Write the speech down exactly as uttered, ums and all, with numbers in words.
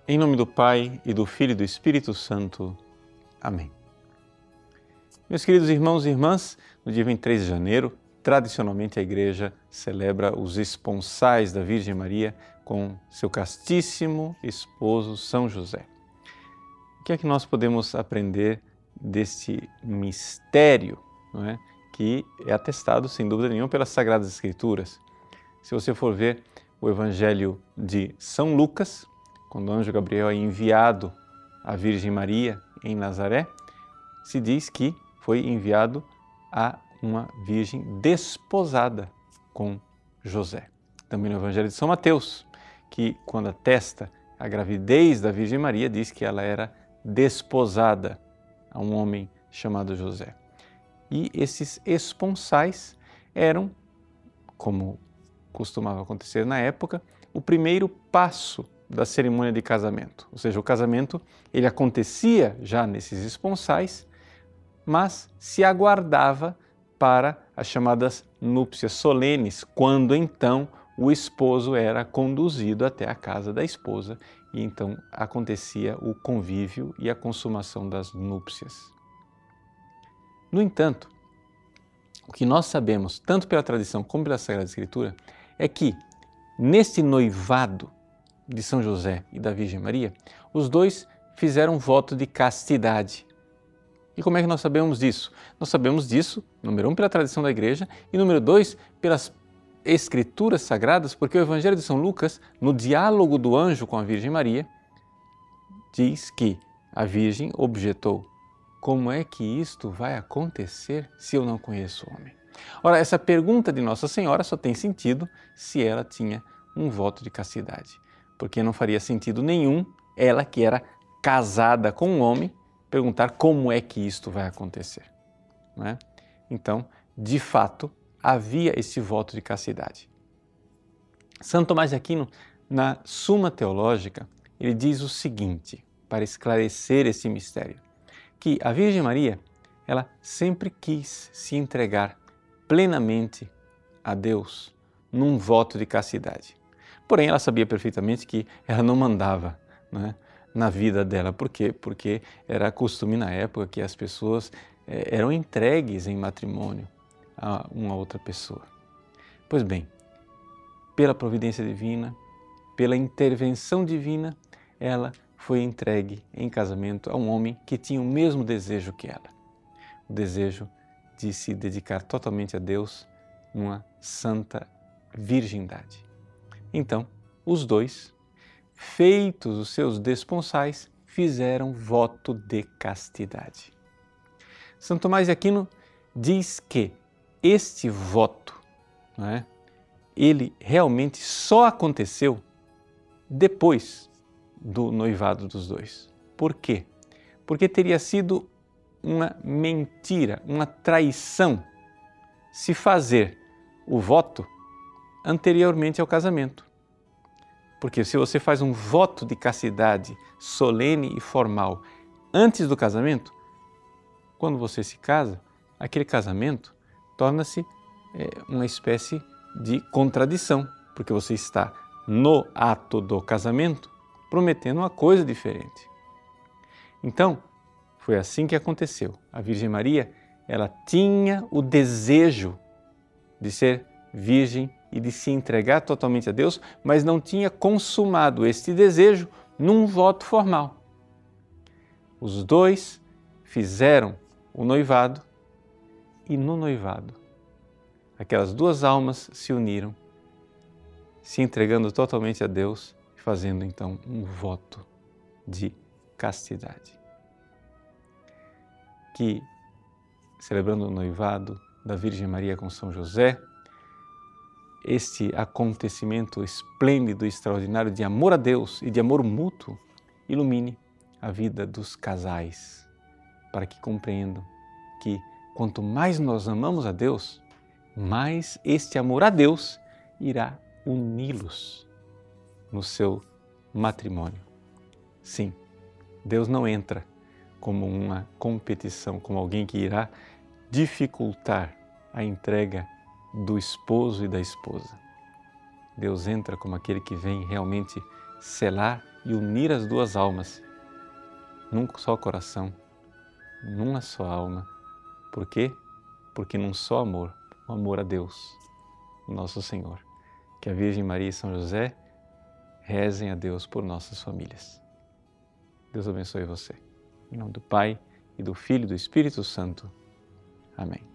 Em nome do Pai, e do Filho e do Espírito Santo. Amém. Meus queridos irmãos e irmãs, no dia vinte e três de janeiro, tradicionalmente a Igreja celebra os esponsais da Virgem Maria com seu castíssimo esposo São José. O que é que nós podemos aprender deste mistério, não é? Que é atestado, sem dúvida nenhuma, pelas Sagradas Escrituras? Se você for ver o Evangelho de São Lucas, quando o anjo Gabriel é enviado à Virgem Maria em Nazaré, se diz que foi enviado a uma virgem desposada com José. Também no Evangelho de São Mateus, que quando atesta a gravidez da Virgem Maria, diz que ela era desposada a um homem chamado José. E esses esponsais eram, como costumava acontecer na época, o primeiro passo da cerimônia de casamento. Ou seja, o casamento ele acontecia já nesses esponsais, mas se aguardava para as chamadas núpcias solenes, quando então o esposo era conduzido até a casa da esposa e então acontecia o convívio e a consumação das núpcias. No entanto, o que nós sabemos, tanto pela tradição como pela Sagrada Escritura, é que neste noivado de São José e da Virgem Maria, os dois fizeram voto de castidade. E como é que nós sabemos disso? Nós sabemos disso, número um, pela tradição da Igreja e número dois, pelas Escrituras Sagradas, porque o Evangelho de São Lucas, no diálogo do anjo com a Virgem Maria, diz que a Virgem objetou: como é que isto vai acontecer se eu não conheço o homem? Ora, essa pergunta de Nossa Senhora só tem sentido se ela tinha um voto de castidade, porque não faria sentido nenhum ela, que era casada com um homem, perguntar como é que isto vai acontecer, não é? Então, de fato, havia esse voto de castidade. São Tomás de Aquino, na Suma Teológica, ele diz o seguinte, para esclarecer esse mistério, que a Virgem Maria, ela sempre quis se entregar plenamente a Deus num voto de castidade. Porém, ela sabia perfeitamente que ela não mandava, não é, na vida dela. Por quê? Porque era costume na época que as pessoas eh, eram entregues em matrimônio a uma outra pessoa. Pois bem, pela providência divina, pela intervenção divina, ela foi entregue em casamento a um homem que tinha o mesmo desejo que ela, o desejo de se dedicar totalmente a Deus numa santa virgindade. Então, os dois, feitos os seus desponsais, fizeram voto de castidade. São Tomás de Aquino diz que este voto, não é, ele realmente só aconteceu depois do noivado dos dois. Por quê? Porque teria sido uma mentira, uma traição, se fazer o voto anteriormente ao casamento. Porque se você faz um voto de castidade solene e formal antes do casamento, quando você se casa, aquele casamento torna-se é, uma espécie de contradição, porque você está no ato do casamento prometendo uma coisa diferente. Então, foi assim que aconteceu. A Virgem Maria, ela tinha o desejo de ser virgem e de se entregar totalmente a Deus, mas não tinha consumado este desejo num voto formal. Os dois fizeram o noivado e no noivado aquelas duas almas se uniram, se entregando totalmente a Deus e fazendo então um voto de castidade. Que, celebrando o noivado da Virgem Maria com São José, este acontecimento esplêndido e extraordinário de amor a Deus e de amor mútuo ilumine a vida dos casais, para que compreendam que quanto mais nós amamos a Deus, mais este amor a Deus irá uni-los no seu matrimônio. Sim, Deus não entra como uma competição, como alguém que irá dificultar a entrega do esposo e da esposa. Deus entra como aquele que vem realmente selar e unir as duas almas num só coração, numa só alma. Por quê? Porque num só amor, o amor a Deus, nosso Senhor. Que a Virgem Maria e São José rezem a Deus por nossas famílias. Deus abençoe você. Em nome do Pai, e do Filho e do Espírito Santo. Amém.